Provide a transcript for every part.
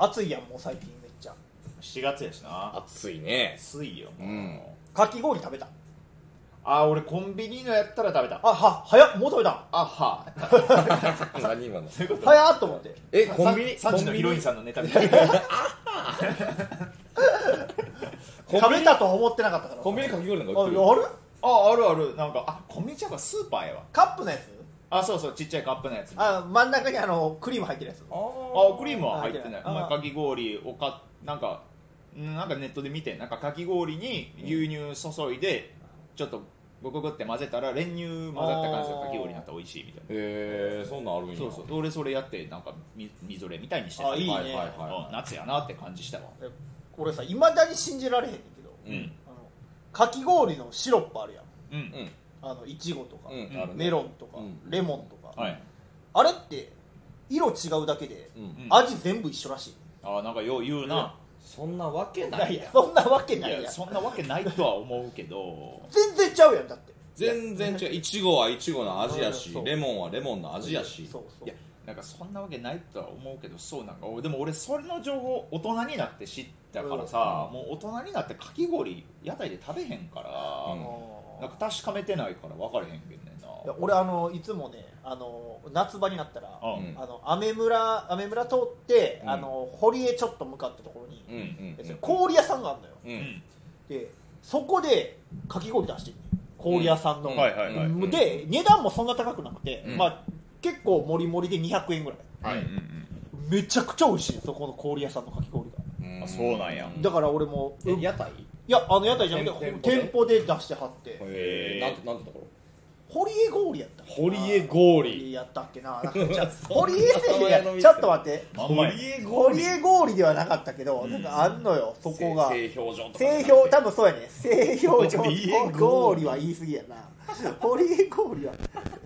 暑いやんもう最近めっちゃ 7月やしな。 暑いね。 暑いよもう、 うん。 かき氷食べた。 俺コンビニのやったら食べた。 早っもう食べた。 何今の。 早っと思って。 コンビニ 3時のヒロインさんのネタみたいな。 食べたとは思ってなかったから。 コンビニかき氷なんか売ってる。 あるあるなんかコンビニちゃうかスーパーやわ。 カップのやつ。 そうそうちっちゃいカップのやつ。 真ん中にクリーム入ってるやつ。 クリームは入ってない。かき氷をなんかネットで見てなんかかき氷に牛乳注いでちょっとゴクゴクって混ぜたら練乳混ざった感じのかき氷になったら美味しいみたいな。 そんなんあるんや。 そう俺それやってなんかみぞれみたいにしてた。 いいね。 夏やなって感じしたわ。 俺さいまだに信じられへんねんけど、かき氷のシロップあるやん。いちごとかメロンとかレモンとか、あれって色違うだけで味全部一緒らしい。 なんかよう言うな。 そんなわけないやん。 そんなわけないやん。 そんなわけないとは思うけど全然ちゃうやん。だって全然違う。いちごはいちごの味やし、レモンはレモンの味やし。 いやなんかそんなわけないとは思うけど、そうなんかでも俺それの情報大人になって知ったからさ、もう大人になってかき氷屋台で食べへんから、なんか確かめてないから分かれへんけどねんな。 いや俺いつもね夏場になったら、アメ村通って、堀江ちょっと向かったところに、氷屋さんがあるのよ、でそこでかき氷出してる氷屋さんの、で値段もそんな高くなくて、結構モリモリで200円ぐらい、めちゃくちゃ美味しいそこの氷屋さんのかき氷が。 そうなんや。 だから俺も屋台？ いや屋台じゃなくて店舗で出してはって。 なんてところ？ 堀江氷やったっけ。 堀江氷やったっけな。堀江製やちょっと待って。堀江氷ではなかったけど、なんかあんのよそこが。 製氷場とか。 多分そうやね。製氷場氷は言い過ぎやな。堀江氷は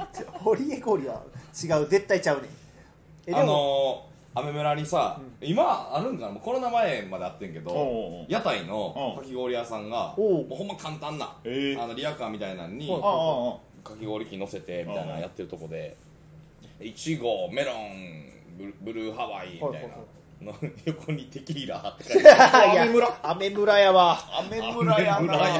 違う、絶対ちゃうね。 アメ村にさ、今あるんかな、もうコロナ前まであってんけど、屋台のかき氷屋さんがもうほんま簡単なリアカーみたいなのにかき氷機乗せてみたいなやってるとこで、いちご、メロン、ブルーハワイみたいなの横にテキーラって書いてある。 アメ村やわ。 アメ村や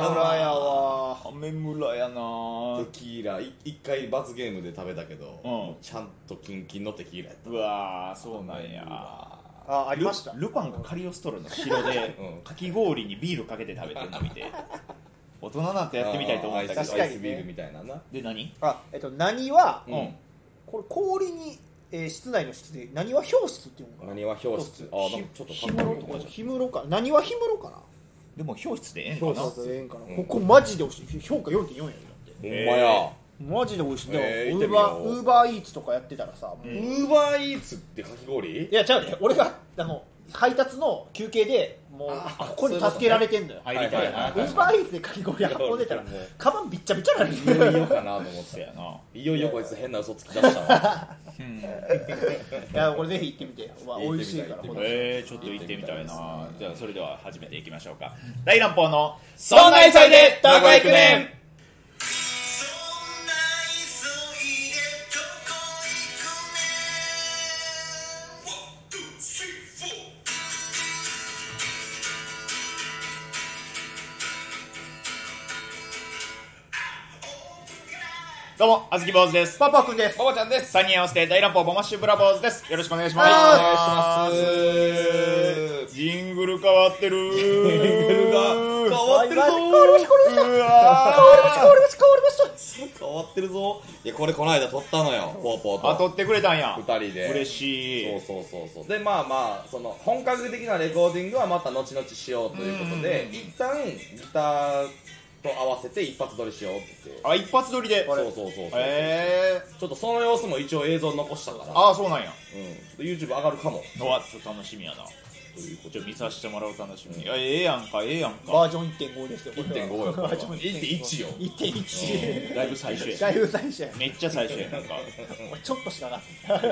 な。 テキーラ一回罰ゲームで食べたけど、ちゃんとキンキンのテキーラやった。 うわーそうなんや。 ありました。 ルパンがカリオストロの城でかき氷にビールかけて食べてるの見て大人なんてやってみたいと思ったけど、 確かにね。 アイスビールみたいなな。 で何？ 何はこれ氷に室内の室で何は氷室っていうのかな。 何は氷室。なんかちょっと氷室とかじゃ氷室か。何は氷室かな。 でも氷室でええんかな。 ここマジで美味しい。評価 4.4 やんだって。 ほんまや。 マジで美味しい。でもウーバーイーツとかやってたらさ、 ウーバーイーツってかき氷？ いや違うね。俺が配達の休憩でもうここに助けられてんのよ。ウーバーイーツでかき氷運んでたらカバンびっちゃびちゃなる。 いよいよかなと思ってやな。いよいよこいつ変な嘘つき出したわ。 いやこれぜひ行ってみて。美味しいから。 ちょっと行ってみたいな。じゃあそれでは始めていきましょうか。大乱暴のそんな急いでどこ行くねん。 どうもあずき坊主です。 パパくんです。 パパちゃんです。 3人合わせて大乱暴ボマッシュブラ坊主です。よろしくお願いします。 お願いします。 ジングル変わってる。 ジングルが変わってるぞ。変わってるぞ。いやこれこの間撮ったのよ。ポーポーと。 撮ってくれたんや。 2人で。 嬉しい。 そうでまあその本格的なレコーディングはまた後々しようということで、一旦ギターと合わせて一発撮りしようって言って。 一発撮りで。 そうちょっとその様子も一応映像残したから。 そうなんや。 ちょっと YouTube 上がるかも。 ちょっと楽しみやな。ちょっと見させてもらう楽しみ。ええやんか。 バージョン 1.5 ですよ。 1.5 よ。1.1 よ。 1.1 だいぶ最初や。めっちゃ最初や。なんかちょっとしかな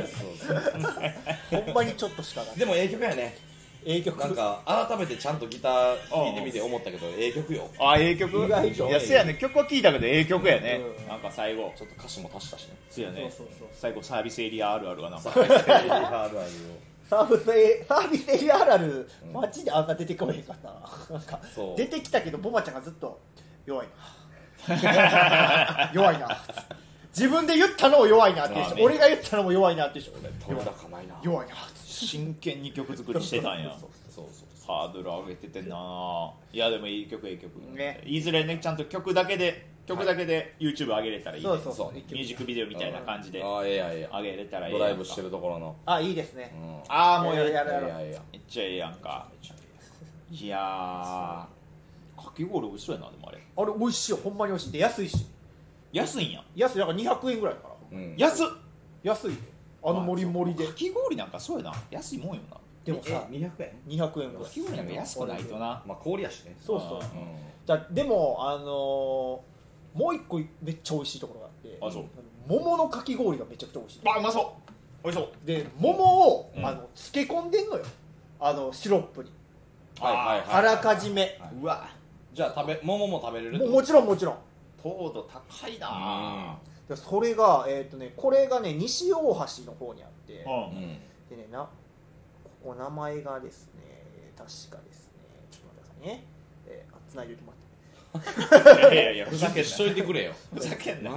ほんまにちょっとしかな。 でもええ曲やね。なんか改めてちゃんとギター聴いてみて思ったけどええ曲よ。 ええ曲。いやせやね。曲は聴いたけどええ曲やね。なんか最後ちょっと歌詞も足したしね。 せやね。最後サービスエリアあるあるはなんかササービスエリアあるあるマジであんな出てこへんかったな。なんか出てきたけどボマちゃんがずっと弱いな弱いな自分で言ったのも弱いなっていう人、俺が言ったのも弱いなっていう人、弱いな真剣に曲作りしてたんやそうハードル上げててな。いやでもいい曲ね。いずれねちゃんと曲だけで YouTube 上げれたらいいね。そうミュージックビデオみたいな感じで上げれたらいい。 ドライブしてるところのいいですね。 もうやるめっちゃええやんか。いやかき氷美味しそうやな。でもあれ美味しいよ、ほんまに美味しい。で安いし。 安いんや。 安い、だから200円ぐらいから。安い。モリモリで。 かき氷なんかそうやな、安いもんよな。 でもさ、 200円ぐらい。かき氷なんか安くないとな。 氷やしね。 そうじゃでももう一個めっちゃ美味しいところがあって、桃のかき氷がめちゃくちゃ美味しい。 うまそう、美味しそうで桃を漬け込んでんのよ、シロップにあらかじめ。 うわ、 じゃあ桃も食べれる。 もちろん糖度高いな。 それがこれがね西大橋の方にあって、でねここ名前がですね確かですね、ちょっと待ってくださいね。つないでおいてもらって。 いやふざけんしといてくれよ。ふざけんな。 こ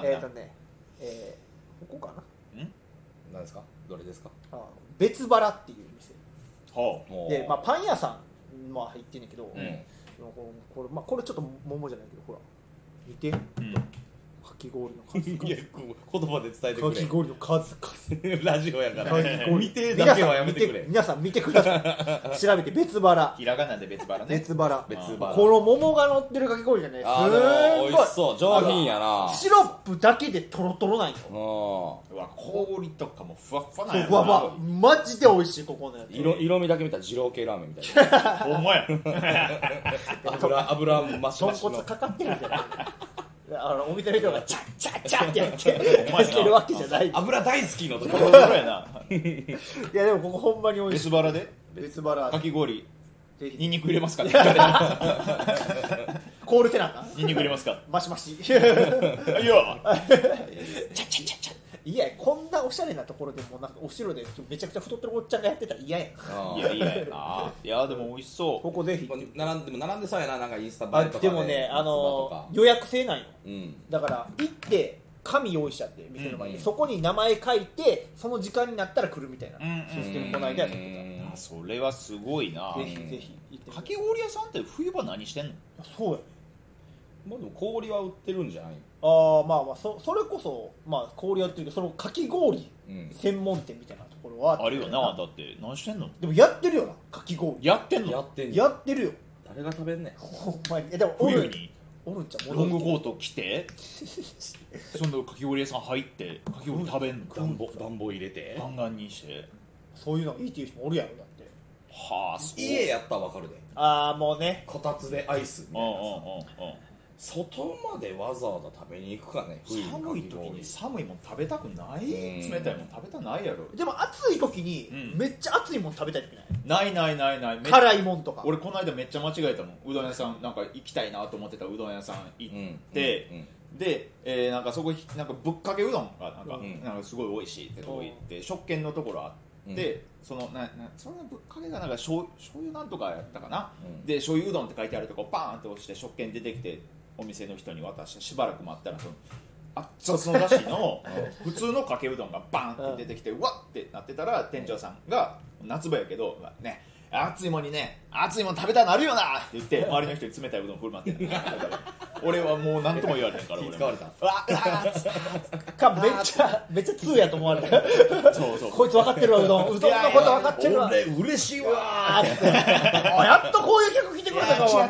こかな。 何ですか？どれですか？ 別腹っていう店で、 まあパン屋さん入ってんねんけど、これちょっと桃じゃないけど、ほら見て、かき氷の数々。 いや言葉で伝えてくれ。 かき氷の数々。 ラジオやから見てだけはやめてくれ。 皆さん見てください。調べて別腹。 ひらがなで別腹ね。 別腹。この桃が乗ってるかき氷じゃね、すごい美味しそう、上品やな。 シロップだけでトロトロなんよ。 うわ、氷とかもふわふわなんやな。マジで美味しい。ここのやつ色味だけ見たら二郎系ラーメンみたいな。 ほんまや。 油増し増しの。 豚骨かかってるんじゃない。お店の人がチャッチャッチャッってやってしてるわけじゃない。 油大好きのところやな。 いやでもここほんまに美味しい。 別腹でかき氷ニンニク入れますかね。 コールテナかニンニク入れますか。 マシマシ。 いやいや、こんなおしゃれなところでもなんかお城でめちゃくちゃ太ってるおっちゃんがやってたら嫌やん。 いやでも美味しそう。 ここぜひ。 並んでそうやな、なんかインスタ映えとかでもね、予約制なんよ。だから行って紙用意しちゃって店の前に、そこに名前書いてその時間になったら来るみたいなシステムこないでやってた。 それはすごいな。 ぜひぜひ。 かき氷屋さんって冬場何してんの？ そうや。 でも氷は売ってるんじゃない？ まあそれこそ氷は売ってるけど、そのかき氷専門店みたいなところはあるよな。だって何してんの？ でもやってるよな、かき氷やってんの？ やってるよ。 誰が食べんねんほんまに。でも冬におるんちゃう？ ロングコート着てそのかき氷屋さん入ってかき氷食べんの？ 暖房入れてガンガンにして。 そういうのいいっていう人もおるやろ。だって家やったら分かるで。 もうね、 こたつでアイスみたいなさ。外までわざわざ食べに行くかね。 寒い時に寒いもん食べたくない？冷たいもん食べたないやろ。 でも暑い時にめっちゃ熱いもん食べたい時ない？ない辛いもんとか。 俺この間めっちゃ間違えたもん。うどん屋さんなんか行きたいなと思ってたうどん屋さん行ってでなんかそこなんかぶっかけうどんがなんかすごい美味しいってとこ行って食券のところあってそのぶっかけがなんか醤油なんとかやったかな。で醤油うどんって書いてあるとこバーンって押して食券出てきてお店の人に渡してしばらく待ったら熱々のだしの普通のかけうどんがバーンって出てきてうわってなってたら店長さんが夏場やけどね、熱いもんにね熱いもん食べたなるよなって言って周りの人に冷たいうどん振る舞ってんだから俺はもう何とも言われへんから俺使われためっちゃ通やと思われた。 そうこいつ分かってるわ、うどんのこと分かってるわ。 俺嬉しいわってやっとこういう客来てくれたか。 違う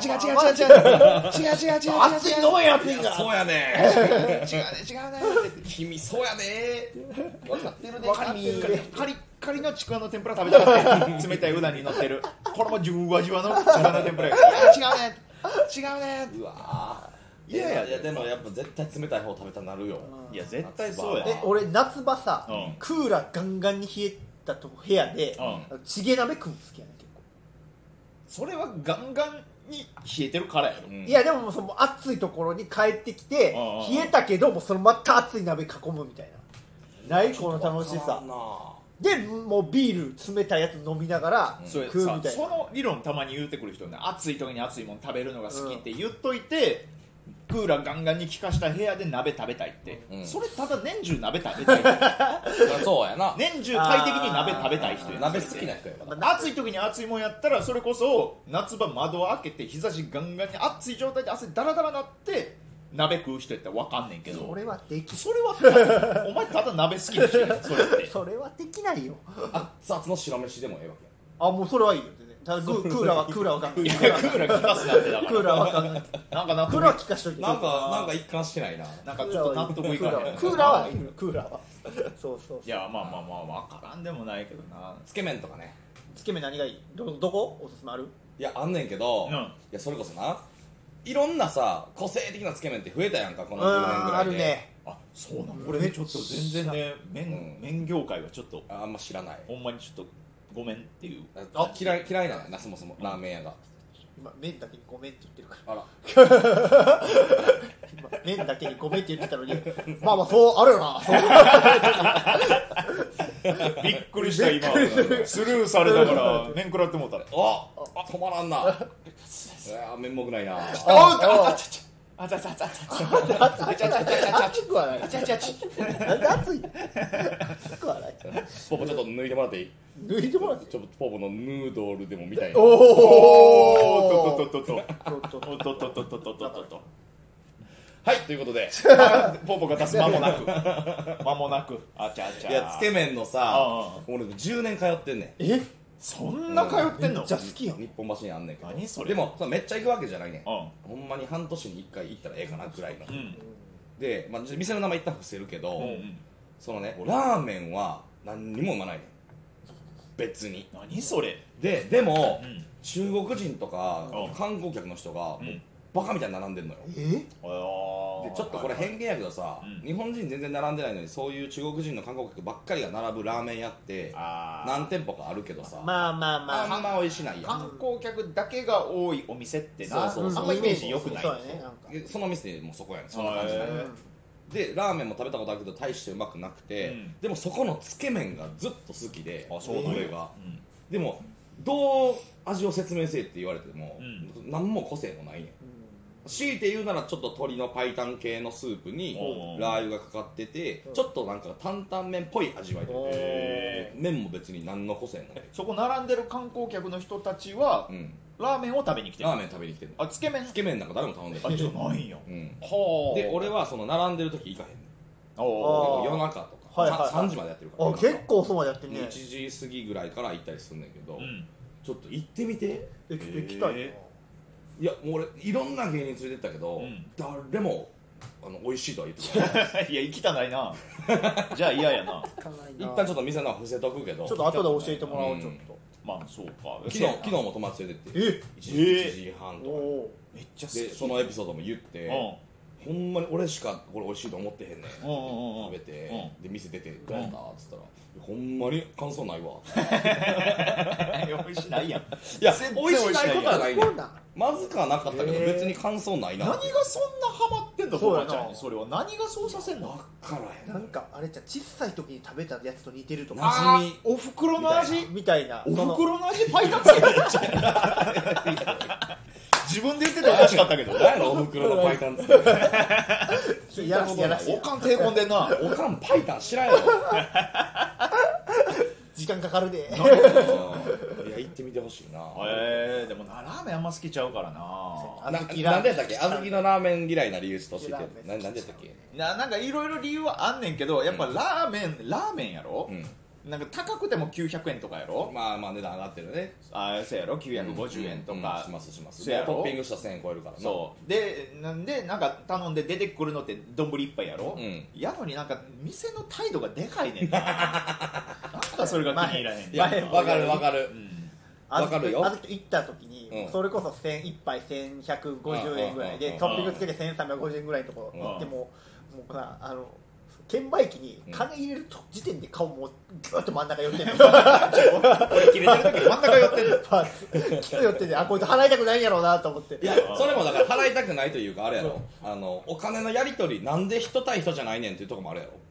熱いのも熱いんだ。 そうやね違うね君そうやね分かってるね。 カリのちくわの天ぷら食べたかった冷たいうどんに乗ってるこれもじゅわじわのちくわの天ぷら違うねうわいやでもやっぱ絶対冷たい方食べたなるよ。 いや絶対そうや。 俺夏場さクーラーガンガンに冷えた部屋でチゲ鍋食うん好きやね。結構それはガンガンに冷えてるからやろ。 いやでもその暑いところに帰ってきて冷えたけどもそのまた熱い鍋囲むみたいな。ないこの楽しさ。 でもうビール冷たいやつ飲みながら食うみたいな、 その理論たまに言うてくる人ね、暑い時に熱いもの食べるのが好きって言っといて、クーラーガンガンに効かした部屋で鍋食べたいって、それただ年中鍋食べたいそうやな、 年中快適に鍋食べたい人や、 鍋好きな人やから。 暑い時に熱いもんやったらそれこそ夏場窓を開けて日差しガンガンに熱い状態で汗ダラダラなって鍋食う人やったら分かんねんけど、 それはできそれはお前ただ鍋好きな人やそれってそれはできないよ。 熱々の白飯でもええわけ。 あ、もうそれはいいよ。ただクーラーはガンガン。 いやクーラー効かすなってだからクーラーはガンガン。 なんかクーラーは効かしといて。 なんか一貫してないな。 なんかちょっと納得いかない。 クーラーはいる。クーラーは。そうそう。 いやまあ分からんでもないけどな。 つけ麺とかね。 つけ麺何がいい？どこ？おすすめある？ いやあんねんけど、 うん、 いやそれこそないろんなさ個性的なつけ麺って増えたやんかこの10年ぐらいで。 あるね。 あ、そうなの。俺ねちょっと全然ね麺業界はちょっとあんま知らない。 ほんまにちょっとごめんっていう。 嫌いなんやな、そもそもラーメン屋が。 今麺だけにごめんって言ってるから。 あら今麺だけにごめんって言ってたのに、まあそうあるよな。 びっくりした今。スルーされたから麺食らってもうた。 止まらんな。麺もくないな。 熱くはない。なんで熱い？熱くはない。 ポポちょっと抜いてもらっていい？ 抜いてもらって。 ちょっとポポのヌードルでも見たいな。 おお。 はいということで、 ポポが出す間もなくあちゃあちゃ。 いやつけ麺のさ、俺10年通ってんねん。 え？ そんな通ってんの？ めっちゃ好きやん。 日本橋にあんねんけど。 何それ？ でもめっちゃ行くわけじゃないねん。 ほんまに半年に1回行ったらええかなぐらいの。で、店の名前一旦伏せるけど、そのねラーメンは何にも生まないねん。別に。 何それ？ でも中国人とか観光客の人がもうバカみたいに並んでんのよ。でちょっとこれ偏見やけどさ、日本人全然並んでないのにそういう中国人の観光客ばっかりが並ぶラーメン屋って何店舗かあるけどさ、 まああんま美味しないやん。 観光客だけが多いお店ってな、あんまイメージ良くない。 その店もそこやねん。そんな感じでラーメンも食べたことあるけど大してうまくなくて、でもそこのつけ麺がずっと好きで、俺がでもどう味を説明せえって言われても何も個性もないねん。強いて言うならちょっと鶏の白湯系のスープにラー油がかかってて、ちょっとなんか担々麺っぽい味わいで、麺も別に何の個性もない。 そこ並んでる観光客の人たちはラーメンを食べに来てる。 ラーメン食べに来てる。 あ、つけ麺なんか誰も頼んでない。 じゃないんや。 で俺はその並んでる時行かへんねん。夜中とか3時までやってるから。 結構そうまでやってんね。 1時過ぎぐらいから行ったりすんねんけど、ちょっと行ってみて。 ちょっと行きたい。 いやもう俺いろんな芸人連れてったけど、誰も美味しいとは言ってない。 いや行きたないな。じゃあ嫌やな。 一旦ちょっと店のは伏せとくけど、 ちょっと後で教えてもらおう。ちょっとまあそうか。 昨日も友達連れてって1時半とかめっちゃ好きでそのエピソードも言って、ほんまに俺しかこれ美味しいと思ってへんねん。食べてで店出てどうやったっつったらほんまに感想ないわ。 美味しないやん。 いや美味しないことはないねん。まずくはなかったけど別に感想ないな。 何がそんなハマってんだ。そうやな。それは何がそうさせんの。 分からへん。 なんかあれじゃ小さい時に食べたやつと似てるとか。 馴染み。 おふくろの味みたいな。 おふくろの味パイナツけてんじゃん。自分で言ってておかしかったけど。 何やろおふくろのパイタンつって。 やらしい。 おかん手込んでんな。 おかんパイタン知らんやろ。 時間かかるで。 いや行ってみてほしいな。 でもなラーメンあんま好きちゃうからな。 なんでやったっけ？小豆のラーメン嫌いな理由ちょっと教えて。なんでやったっけ？ なんかいろいろ理由はあんねんけど、やっぱラーメンやろ。なんか高くても900円とかやろ。 まあ値段上がってるね。 そうやろ。950円とかしますそうやろ。 トッピングした1000円超えるからな。 そうでなんでなんか頼んで出てくるのって丼一杯やろ。やのになんか店の態度がでかいねんな。なんかそれが気に入らへん。 いやわかるわかる。 あの人行った時にそれこそ1杯1150円ぐらいでトッピングつけて1350円ぐらいのところ行ってもうな券売機に金入れる時点で顔もうグッと真ん中寄ってんの。 俺切れてる時に真ん中寄ってんの。 パーツ寄ってんで、こいつ払いたくないんやろうなと思って。 いやそれもだから払いたくないというかあれやろ。お金のやり取りなんで人対人じゃないねんっていうとこもあるやろ。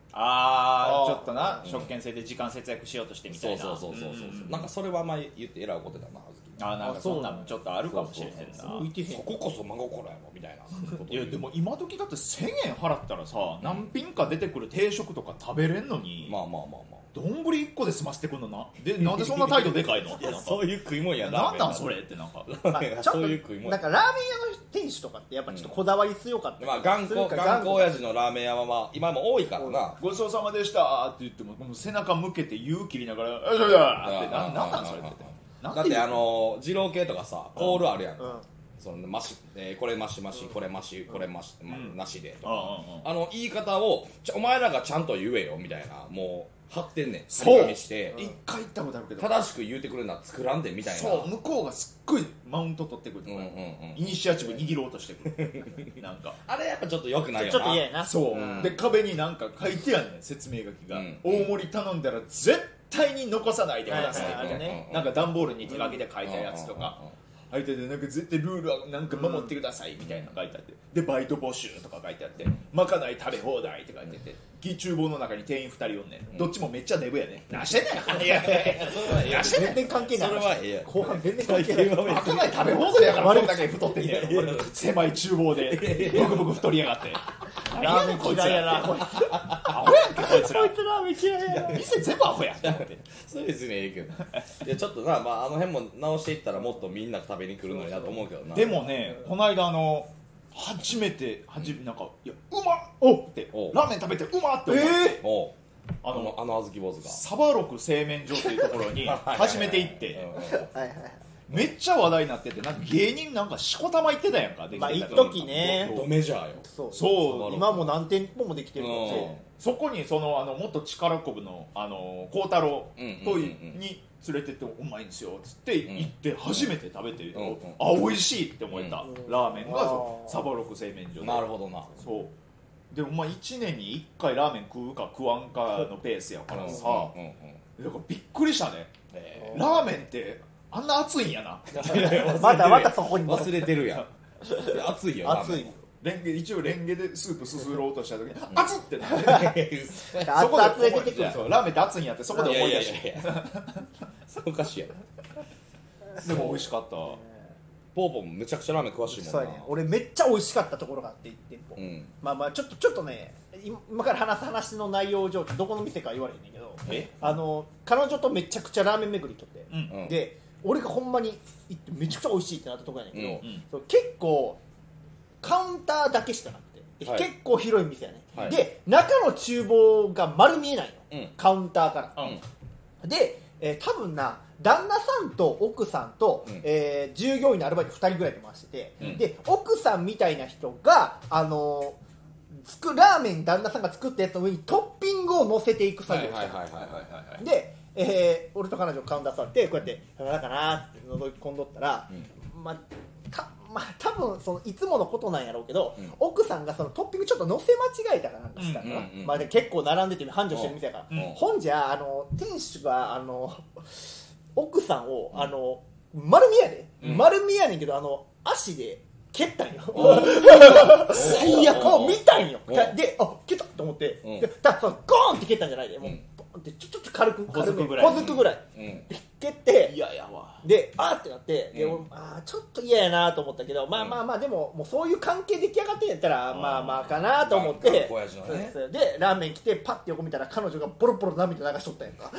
ちょっとな食券制で時間節約しようとしてみたいな。 そうなんかそれはあんまり言って偉いことだな。 なんかそんなんちょっとあるかもしれへんな。そここそ真心やろみたいな。 いやでも今時だって1000円払ったらさ、何品か出てくる定食とか食べれんのに、 まあ丼1個で済ませてくんのな。でなんでそんな態度でかいのってなんかそういう食い物やな。 なんなんそれってなんかそういう食い物。 なんかラーメン屋の店主とかってやっぱちょっとこだわり強かったり、 まあ頑固親父のラーメン屋はまあ今も多いからな。 ごちそうさまでしたって言っても背中向けて湯切りながら「よいしょよいしょ」ってなんなんそれって。 だって二郎系とかさコールあるやん。そのマシこれマシマシこれマシこれマシなしでとか言い方をお前らがちゃんと言えよみたいなもう貼ってんねん。 そうして一回言ったことあるけど正しく言うてくれるのは作らんでみたいな。 そう向こうがすっごいマウント取ってくるとかイニシアチブ握ろうとしてくるなんかあれやっぱちょっと良くないよな。 ちょっと嫌やな。 そうで壁になんか書いてやねん説明書きが大盛り頼んだら絶対に残さないでくださいなんか段ボールに手書きで書いたやつとか書いててなんか絶対ルールはなんか守ってくださいみたいなの書いてあってでバイト募集とか書いてあってまかない食べ放題って書いてて厨房の中に店員2人おんねんどっちもめっちゃデブやねんなしてんねんいや全然関係ない。 それはええや後半全然関係ない。 まかない食べ放題やからこれだけ太ってんねや狭い厨房でブクブク太りやがってラーメン嫌いやな。 アホやんけこいつらこいつラーメン嫌いやな。 店全部アホやんそれ別にええけどいやちょっとな、まあ、あの辺も直していったらもっとみんな食べに来るのになと思うけどな。 でもねこの間初めてなんかいやうまっおってラーメン食べてうまっって思ってあの小豆坊主がサバロク製麺所っていうところに初めて行ってめっちゃ話題になっててなんか芸人なんかしこたま行ってたやんか。 まあ一時ねドメジャーよ。 そう今も何店舗もできてるからそこにもっと力こぶの孝太郎とに連れてってうまいんですよっつって行って初めて食べて美味しいって思えたラーメンがサバロク製麺所で。 なるほどな。 そうでも1年に1回ラーメン食うか食わんかのペースやからさだからびっくりしたね。ラーメンってあんな熱いんやなまたそこに忘れてるやん熱いよ熱い。 一応レンゲでスープすすろうとした時に熱ってなってそこで出てくるラーメンって熱いんやってそこで思い出してそれおかしいやろ。 でも美味しかった。 ポーポーもめちゃくちゃラーメン詳しいもんな。 俺めっちゃ美味しかったところがあって1店舗まあちょっとね今から話す話の内容上どこの店か言われへんねんけど彼女とめちゃくちゃラーメン巡りとってで俺がほんまに行ってめちゃくちゃ美味しいってなったところやねんけど結構カウンターだけしかなくて結構広い店やねで中の厨房が丸見えないのカウンターからで多分な旦那さんと奥さんと従業員のアルバイト2人ぐらいで回しててで奥さんみたいな人がラーメン旦那さんが作ったやつの上にトッピングを乗せていく作業をしてで俺と彼女カウンター座ってこうやって「なんかな」って覗き込んどったら多分いつものことなんやろうけど奥さんがそのトッピングちょっと乗せ間違えたかなんかしたのな結構並んでて繁盛してる店やからほんじゃ店主が奥さんを丸見えやねんけど足で蹴ったんよ最悪見たんよで蹴ったと思ってゴーンって蹴ったんじゃないでもうちょっと軽く小づくぐらい蹴って嫌やわでってなってちょっと嫌やなと思ったけどまあでももうそういう関係出来上がってんやったらまあかなと思ってでラーメン来てパッて横見たら彼女がボロボロ涙流しとったんやんか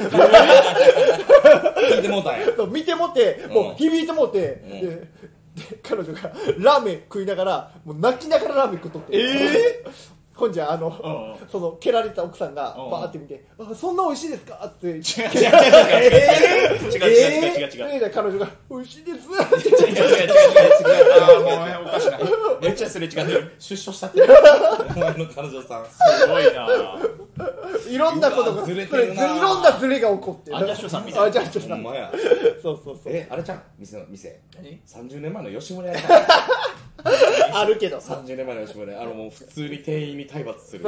見てもうたんや見てもってもう響いてもってで彼女がラーメン食いながらもう泣きながらラーメン食っとってほんじゃその蹴られた奥さんがバーって見てそんな美味しいですかって違う彼女が美味しいです違うもうおかしいなめっちゃすれ違ってる出所したってお前の彼女さんすごいないろんなことがいろんなズレが起こってアジャッシュさんみたいなほんまやそうあれちゃん店30年前の吉村やあるけど 30年前の吉村もう普通に店員に体罰する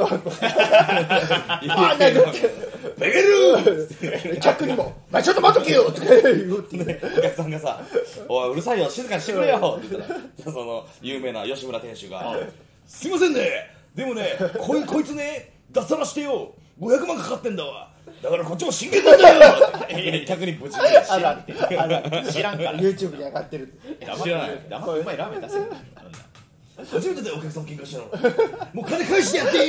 ベゲル客にもちょっと待っとけよって言うってお客さんがさおいうるさいよ静かにしてくれよって言ったらその有名な吉村店主がすいませんねでもねこいつね脱サラしてよ 500万かかってんだわ、だからこっちも真剣なんだよ逆にブチギレあるある知らんから YouTube に上がってる知らない。 黙ってうまいラーメン出せる初めてだよお客さん喧嘩したのもう金返してやっていい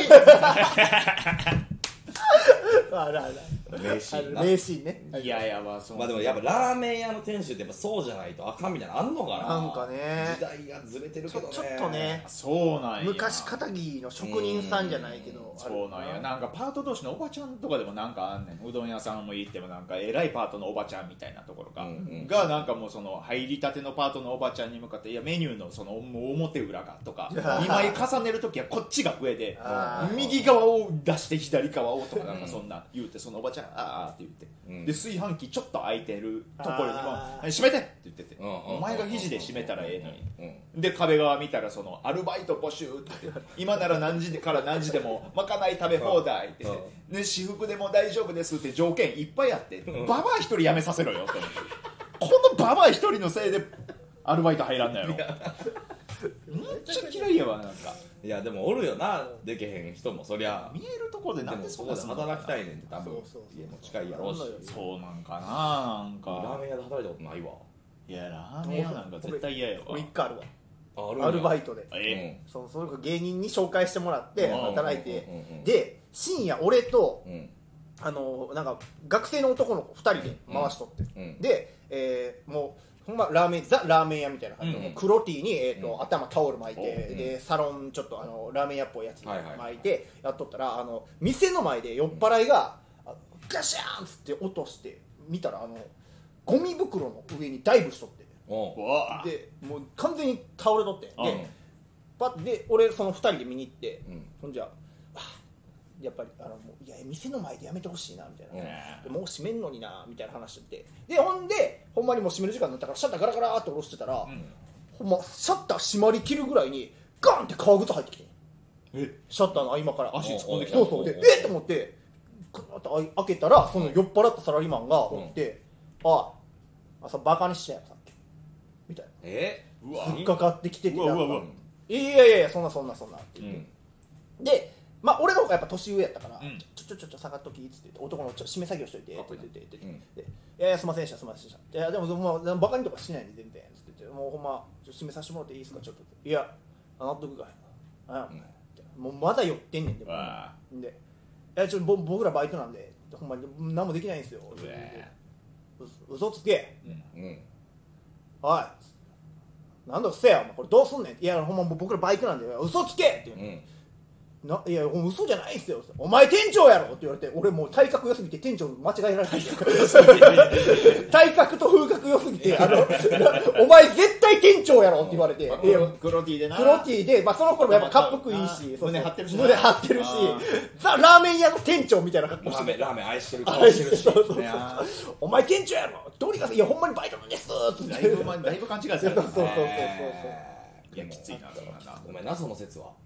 ある名シーンな。 名シーンね。 いやいやまあそう、 まあでもやっぱラーメン屋の店主ってやっぱそうじゃないとあかんみたいなのあんのかな。 なんかね時代がずれてるけどね。 ちょっとねそうなんや。 昔片桐の職人さんじゃないけどそうなんや。なんかパート同士のおばちゃんとかでもなんかあんねん。うどん屋さんも行ってもなんか偉いパートのおばちゃんみたいなところが、がなんかもうその入りたてのパートのおばちゃんに向かって、いやメニューのそのもう表裏がとか2枚重ねるときはこっちが上で右側を出して左側をとかなんかそんな言うて、そのおばちゃんあーって言って、で炊飯器ちょっと開いてるところにも閉めてって言ってて、お前が肘で閉めたらええのに、で壁側見たらそのアルバイト募集って言って今なら何時から何時でもまかない食べ放題って言って、ね、私服でも大丈夫ですって条件いっぱいあって、ババア一人辞めさせろよって思って、このババア一人のせいでアルバイト入らんのやろ。めっちゃ嫌いやわ。なんかいやでもおるよな、できへん人もそりゃ見えるところでなんでそこで働きたいねんって多分家も近いやろうし。 そうなんかな。なんかラーメン屋で働いたことないわ。 いやラーメン屋なんか絶対嫌やわ。 俺1回あるわ、 アアルバイトで、それこそ芸人に紹介してもらって働いて、で深夜俺と、なんか学生の男の子2人で回しとって、で、もうほんまラーメンザラーメン屋みたいな感じで、黒 T に、頭タオル巻いて、でサロンちょっとラーメン屋っぽいやつ巻いてやっとったら、店の前で酔っ払いがガシャーンっつって落として見たらゴミ袋の上にダイブしとって、でもう完全に倒れとって、でパッで俺その2人で見に行って、ほんじゃやっぱりもういや店の前でやめてほしいなみたいな、もう閉めんのになみたいな話してて、でほんまにもう閉める時間になったからシャッターガラガラって下ろしてたら、ほんまシャッター閉まりきるぐらいにガンって革靴入ってきて、シャッターの合間から足突っ込んできた。 そうそうでと思ってガーッと開けたら、その酔っ払ったサラリーマンがおって、朝バカにしてやろさっきみたいな、引っかかってきてて、いやそんなって言って、でまあ、俺の方がやっぱ年上やったから、ちょ下がっときっつって男の締め作業しといてって言っていやすいませんでしたいやでもバカにとかしないんで全然つって言って、もうほんま締めさせてもらっていいですかちょっと、いや納得かもうまだ寄ってんねんで、いや僕らバイトなんでほんまに何もできないんですよって言って嘘つけ、おいなんだせやこれどうすんねん、いやほんま僕らバイトなんで嘘つけって言ういや嘘じゃないっすよ、お前店長やろって言われて、俺もう体格良すぎて店長間違えられて体格と風格良すぎてお前絶対店長やろって言われて、 黒 T でな、 黒 T で、まあ、その頃もやっぱかっこくいいし胸張ってるしザ・ラーメン屋の店長みたいな格好してラーメン愛してる顔してるしお前店長やろどうにかいやほんまにバイトなんですってだいぶ勘違いされてる。いやきついな。 お前なその説は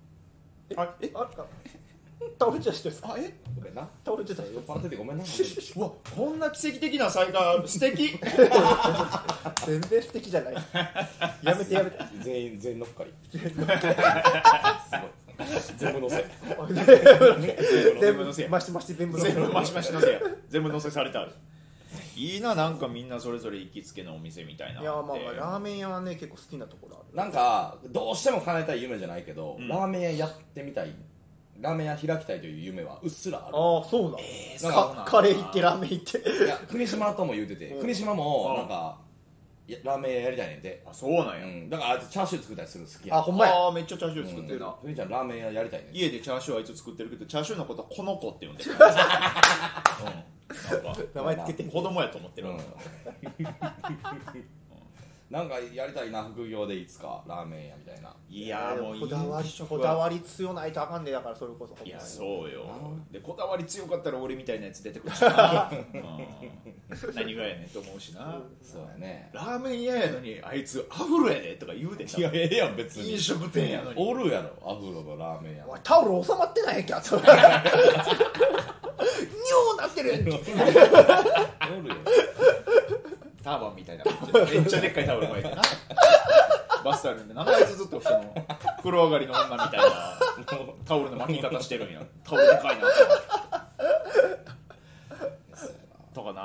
倒れちゃった人ごめんな、 倒れてたよ、 酔っ払っててごめんなうわこんな奇跡的な再会素敵全然素敵じゃないやめて全員乗っかりすごい全部乗せ全部乗せマシ全部乗せマシのせや全部乗せされた。いいな、なんかみんなそれぞれ行きつけのお店みたいな。 いやまあラーメン屋はね結構好きなところある。 なんかどうしても叶えたい夢じゃないけど、ラーメン屋やってみたい、ラーメン屋開きたいという夢はうっすらある。 そうなんカレー行ってラーメン行っていや国島とも言うてて、国島もなんかラーメン屋やりたいねんて。 そうなんや、 だからあいつチャーシュー作ったりするの好きや。 ほんまや。 めっちゃチャーシュー作ってるな。 ふみちゃんラーメン屋やりたいねん。 家でチャーシューあいつ作ってるけど、チャーシューのことはこの子って呼んでる名前つけて子供やと思ってる、 なんかやりたいな、副業でいつかラーメン屋みたいな。 いやもうこだわり強ないとあかんね。だからそれこそいやそうよ。でこだわり強かったら俺みたいなやつ出てくるしな何がやねんと思うしな。 そうやね。 ラーメン屋やのにあいつアフロやでとか言うで。 いやええやん別に。 飲食店やのにおるやろアフロのラーメン屋。 おいタオル収まってないやんけニョーなってるやんけおるよ。 ターバンみたいなめっちゃでっかいタオル巻いてなバスタオルでなんであいつずっとその風呂上がりの女みたいなタオルの巻き方してるんや。タオルでかいな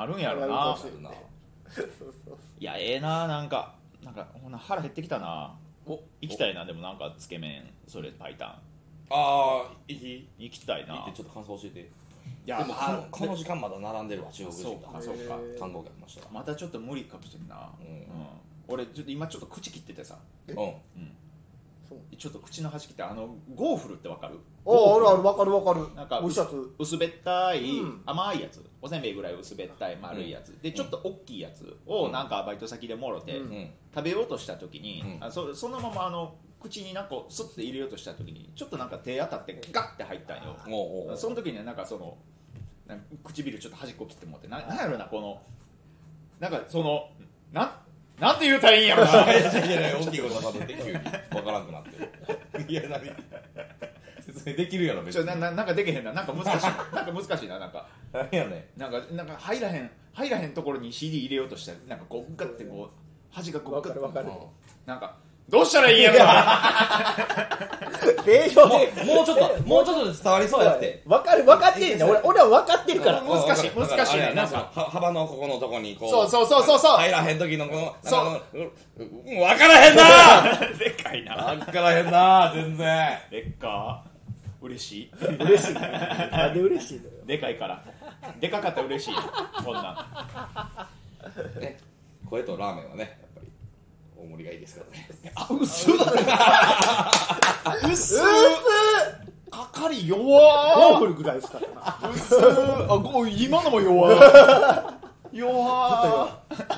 あるんやろな。いやなんかほな腹減ってきたな。行きたいな。でもなんかつけ麺それパイタン行きたいな。 行ってちょっと感想教えて。 いやでもこの時間まだ並んでるわ。中国人がそうか観光客ました。 またちょっと無理かもしれんな。俺ちょっと今ちょっと口切っててさ、ちょっと口の端切ってゴーフルってわかる？ あるわかるなんか薄べったい甘いやつ、おせんべいぐらい薄べったい丸いやつでちょっと大きいやつをなんかバイト先でもろて食べようとした時にそのまま口になんかスッて入れようとした時にちょっとなんか手当たってガッて入ったんよ。その時になんか唇ちょっと端っこ切ってもってなんやろなこのなんかなんて言うたらいいんやろな。 大きいことさって急にわからんくなって。いや何説明できるやろ別に。 なんかできへんな。なんか難しいな。なんか何やねん。なんか入らへんところに CD 入れようとしたらなんかこうガッてこう端がこうガッてわかる。 なんかどうしたらいいんやろな。 もうちょっとで伝わりそうやって。 分かってんねん。俺は分かってるから。 難しいね。なんか幅のここのとこにこう。 そう。 入らへん時のこの。分からへんな。 でかいな。 分からへんな全然。 でっか。嬉しい。 なんで嬉しいのよ。 でかいから。でかかったら嬉しい。こんなん。 声とラーメンはね。大盛りがいいですからね。 薄っかかり弱ゴーフルぐらい薄かったな。 薄っ今のも弱弱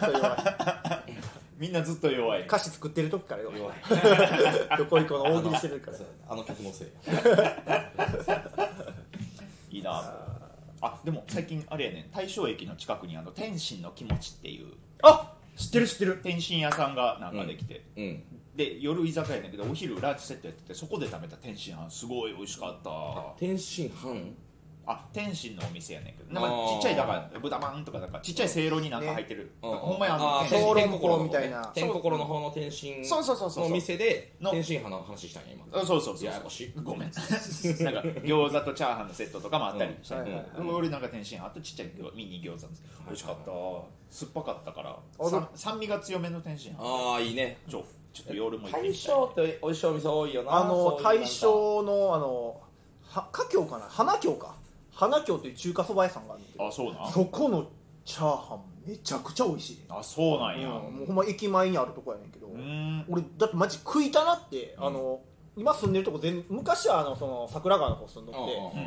みんなずっと弱い。 歌詞作ってる時から弱い。どこ行こうの大喜利してるから曲のせいいいな。でも最近あれやねん、大正駅の近くに天津の気持ちっていう知ってる天津屋さんがなんかできて、で夜居酒屋やねんけどお昼ランチセットやっててそこで食べた天津飯すごい美味しかった。 天津飯天津のお店やねんけどなんかちっちゃいだから豚まんとかなんかちっちゃいせいろになんか入ってる、ほんまや小籠包みたいな天心の方の天津の店で天津飯の話したんや今。 そうややこしいごめんなんか餃子とチャーハンのセットとかもあったりして、俺なんか天津飯あとちっちゃいミニ餃子美味しかった。酸っぱかったから酸味が強めの天津飯。いいね。ちょっと夜も行ってみたい。 大正って美味しいお店多いよな。 大正の花京という中華そば屋さんがあるんだけど、 そうなん。 そこのチャーハンめちゃくちゃ美味しい。 そうなんや。 もうほんま駅前にあるとこやねんけど、俺だってマジ食いたなって、今住んでるとこ昔はその桜川の方住んどって、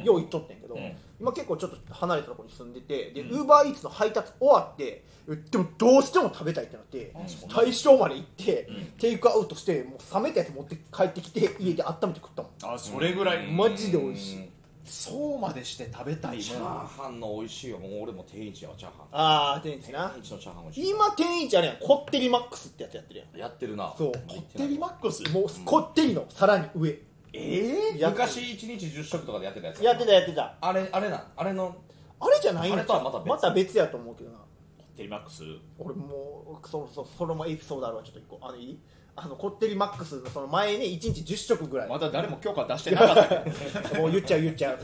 よう行っとってんけど、今結構ちょっと離れたところに住んでて、でウーバーイーツの配達終わってでもどうしても食べたいってなって大正まで行ってテイクアウトしてもう冷めたやつ持って帰ってきて家で温めて食ったもん。 それぐらいマジで美味しい。 そうまでして食べたいもん。 チャーハンの美味しいよ。もう俺も天一やわチャーハン。 天一な。 天一のチャーハン美味しい。 今天一あれやん、こってりマックスってやつやってるやん。 やってるな。 そう。 こってりマックス。 もうこってりのさらに上。 昔1日10食とかでやってたやつ。 やってた。 あれのあれじゃないんだ。また別やと思うけどな。こってりマックス。俺もうそれもエピソードあるわ。ちょっと一個いい？こってりマックスのその前に1日10食ぐらい。 まだ誰も許可出してなかったけどもう言っちゃう1日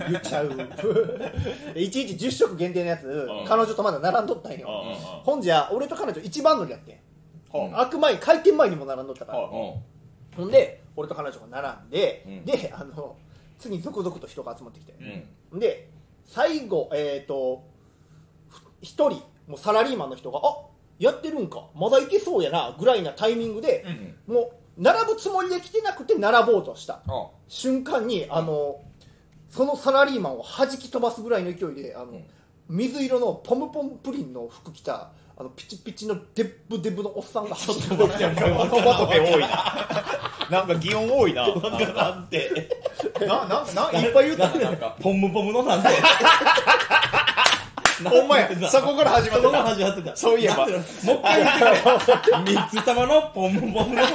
10食限定のやつ、彼女とまだ並んどったんよ。ほんじゃ俺と彼女一番乗りやってん、開店前にも並んどったから、ほんで俺と彼女が並んで、で次続々と人が集まってきて、で最後1人もうサラリーマンの人がやってるんかまだいけそうやなぐらいなタイミングで、もう並ぶつもりで来てなくて並ぼうとした瞬間にそのサラリーマンを弾き飛ばすぐらいの勢いで水色のポムポムプリンの服着たピチピチのデブデブのおっさんが走ってきてなんか擬音多いな。なんていっぱい言ったなんかポムポムのなんてほんまや、そこから始まってた。そういえばもう一回言ってくれ。 三つ玉のポムポムのピ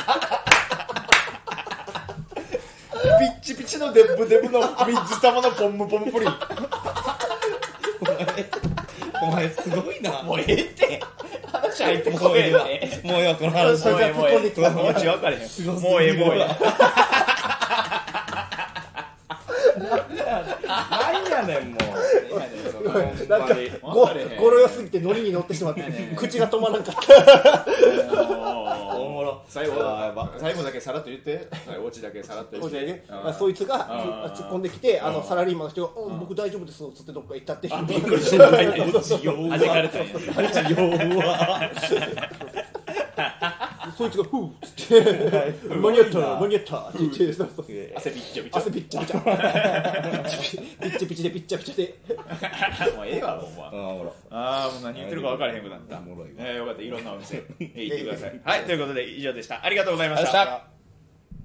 ッチピチのデブデブの三つ玉のポムポムプリン。 お前すごいな。 もうええって話入ってこええわ。もうよこの話もうええ気持ち分かれへん。もうええ何やねんもう。 なんか語呂良すぎてノリに乗ってしまって口が止まらんかったおもろ最後だけさらっと言ってオチだけさらっと言って、 そいつが突っ込んできてサラリーマンの人が僕大丈夫ですつってどっか行ったってびっくりしたはじかれたんやそいつがフーっつって間に合ったって言って汗びっちゃびちゃピッチピチでピッチャピチャでもうええわもうもう何言ってるか分からへんくなったよかったいろんなお店行ってくださいはいということで以上でしたありがとうございました